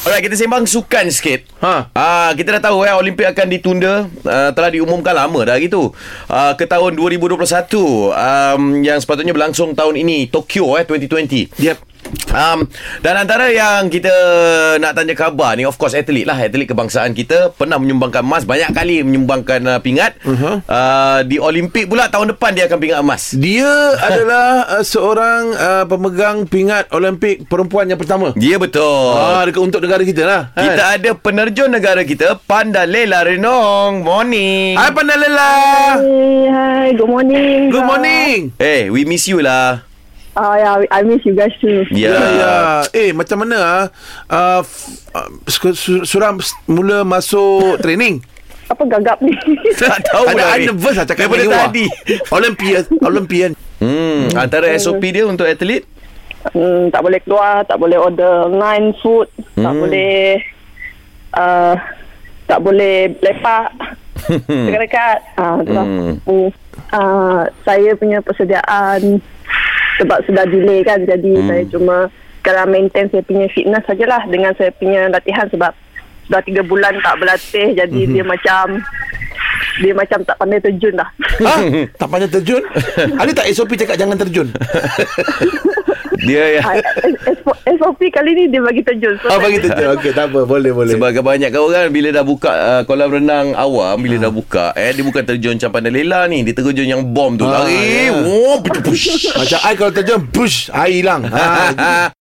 Alright, kita sembang sukan sikit. Kita dah tahu Olimpik akan ditunda. Telah diumumkan lama dah gitu. Ke tahun 2021 yang sepatutnya berlangsung tahun ini, Tokyo 2020. Yep. Dan antara yang kita nak tanya khabar ni, of course atlet lah, atlet kebangsaan kita pernah menyumbangkan emas, banyak kali menyumbangkan pingat. Di Olimpik pula tahun depan dia akan pingat emas. Dia adalah seorang pemegang pingat Olimpik perempuan yang pertama. Ya, betul. Untuk negara kita lah kan? Kita ada penerjun negara kita, Pandalela Renong. Morning. Hai Pandalela. Hi, good morning. Good morning. Hey, we miss you lah. Yeah, I miss you guys too. Ya. Macam mana Suram mula masuk training? Apa gagap ni? Tak tahu lah. Ada nervous lah cakap daripada ni. tadi. Olympian. Antara SOP dia untuk atlet? Tak boleh keluar, tak boleh order online food, tak boleh tak boleh lepak dekat-dekat. Saya punya persediaan sebab sudah delay kan, jadi saya cuma sekarang maintain saya punya fitness sajalah dengan saya punya latihan, sebab sudah 3 bulan tak berlatih, jadi dia macam tak pandai terjun dah. Tak pandai terjun? Ada tak SOP cakap jangan terjun? Dia SOP kali ni dia bagi terjun. Bagi terjun. Okey, tak apa, boleh. Sebab kebanyakan orang bila dah buka kolam renang awam, bila dah buka dia bukan terjun macam Pandalela ni, dia terjun yang bom tu, lari. Macam I kalau terjun push, air hilang.